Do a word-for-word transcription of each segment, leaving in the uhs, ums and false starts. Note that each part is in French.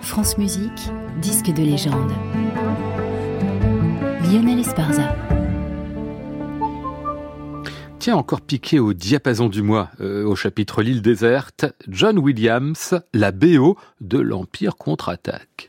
France Musique, disque de légende. Lionel Esparza. Tiens, encore piqué au diapason du mois, euh, au chapitre L'île déserte, John Williams, la B O de l'Empire contre-attaque.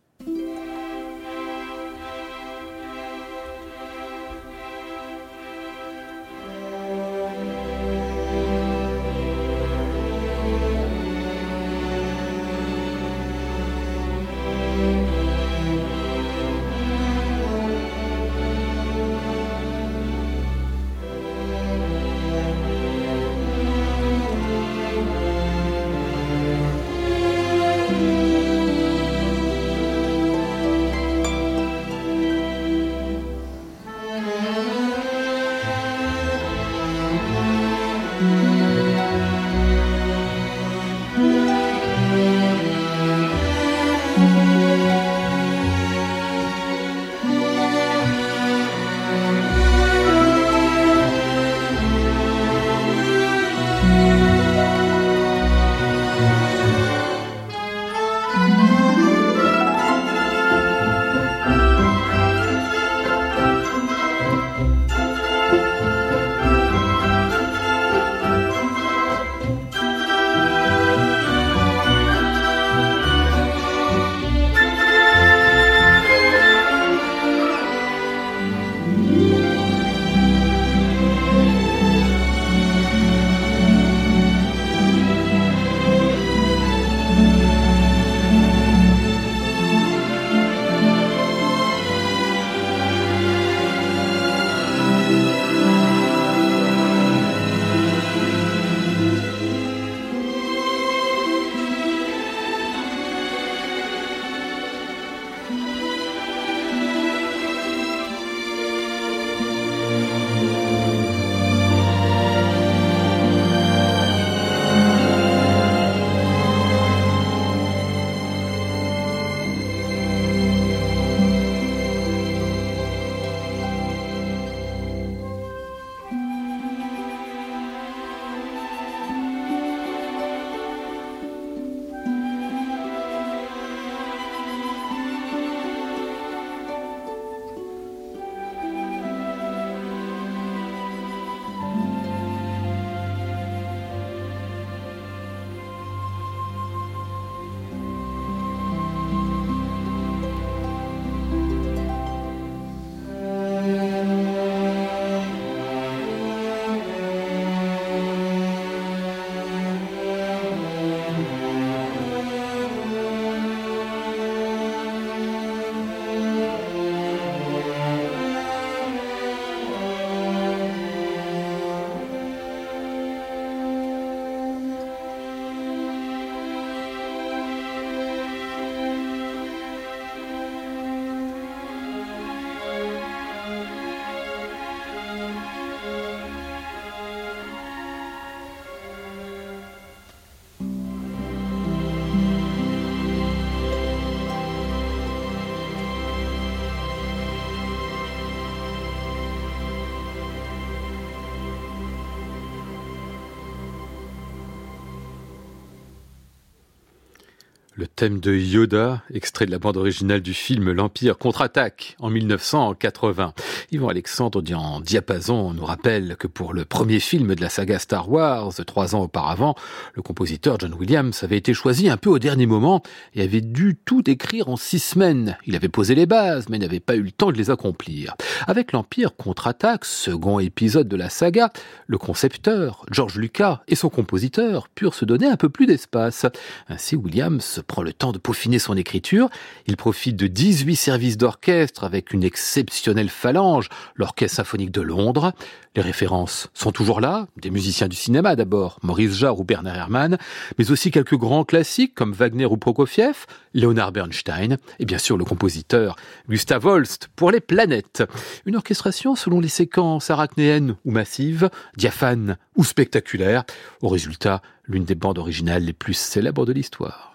Le thème de Yoda, extrait de la bande originale du film L'Empire contre-attaque en mille neuf cent quatre-vingts. Yvan Alexandre en diapason nous rappelle que pour le premier film de la saga Star Wars, trois ans auparavant, le compositeur John Williams avait été choisi un peu au dernier moment et avait dû tout écrire en six semaines. Il avait posé les bases, mais n'avait pas eu le temps de les accomplir. Avec l'Empire contre-attaque, second épisode de la saga, le concepteur, George Lucas, et son compositeur purent se donner un peu plus d'espace. Ainsi, Williams prend le temps de peaufiner son écriture. Il profite de dix-huit services d'orchestre avec une exceptionnelle phalange, l'Orchestre symphonique de Londres. Les références sont toujours là, des musiciens du cinéma d'abord, Maurice Jarre ou Bernard Herrmann, mais aussi quelques grands classiques comme Wagner ou Prokofiev, Leonard Bernstein, et bien sûr le compositeur Gustav Holst pour les planètes. Une orchestration selon les séquences arachnéennes ou massives, diaphanes ou spectaculaires. Au résultat, l'une des bandes originales les plus célèbres de l'histoire.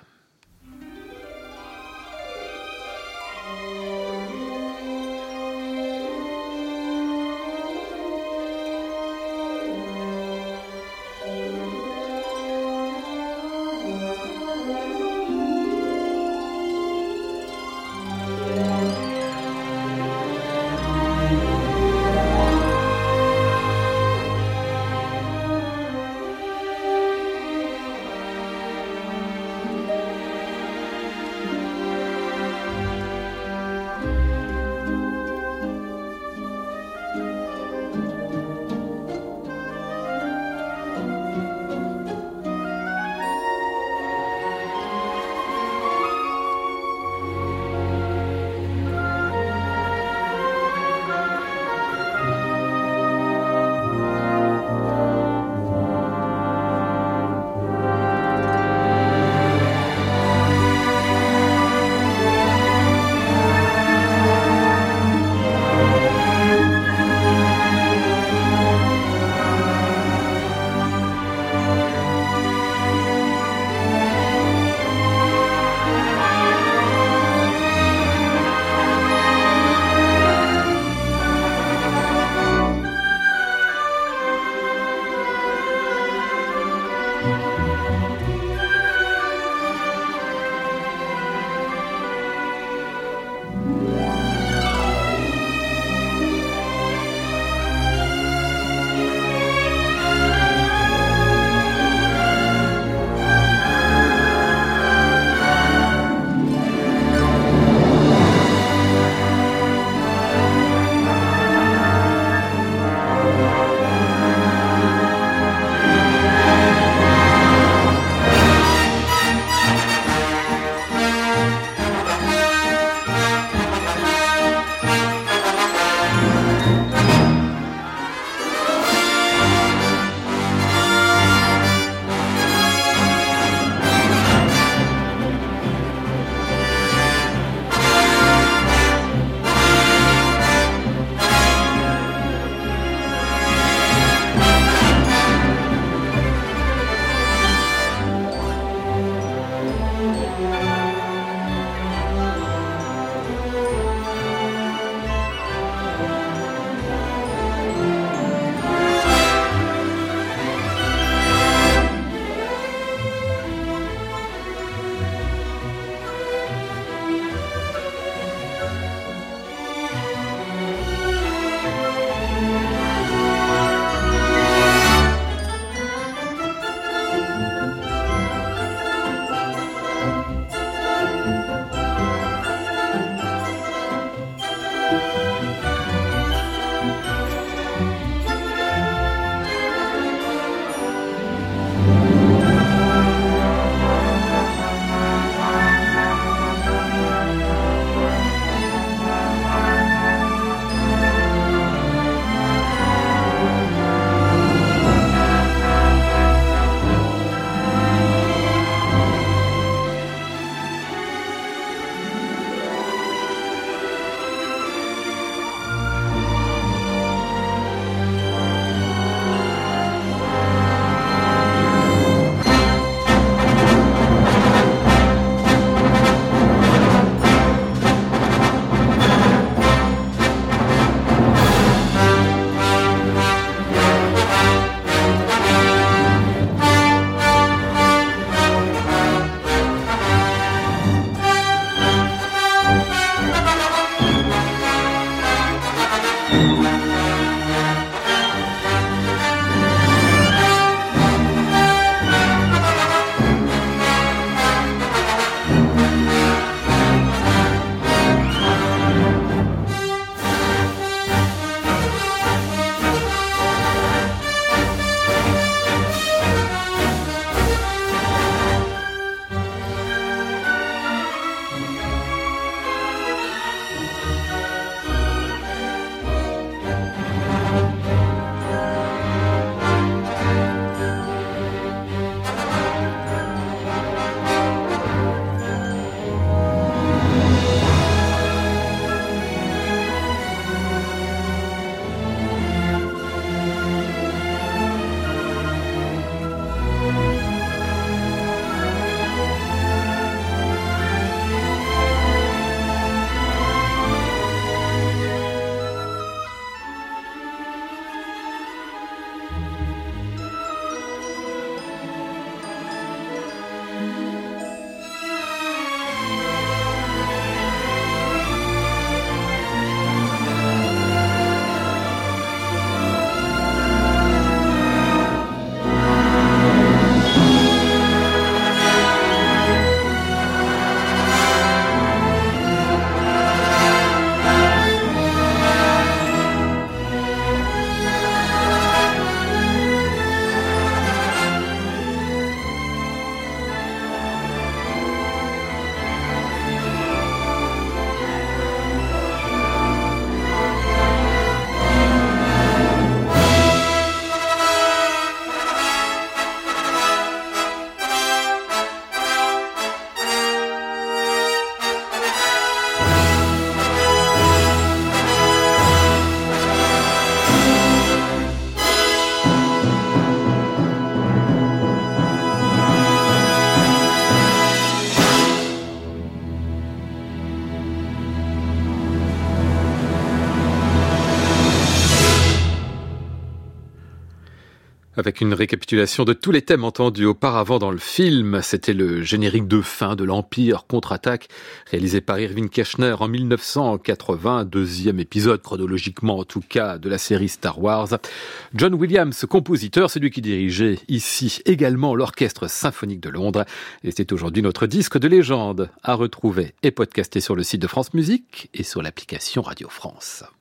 Avec une récapitulation de tous les thèmes entendus auparavant dans le film, c'était le générique de fin de l'Empire contre-attaque, réalisé par Irving Kershner en mille neuf cent quatre-vingts, deuxième épisode chronologiquement en tout cas de la série Star Wars. John Williams, compositeur, c'est lui qui dirigeait ici également l'Orchestre Symphonique de Londres. Et c'est aujourd'hui notre disque de légende à retrouver et podcasté sur le site de France Musique et sur l'application Radio France.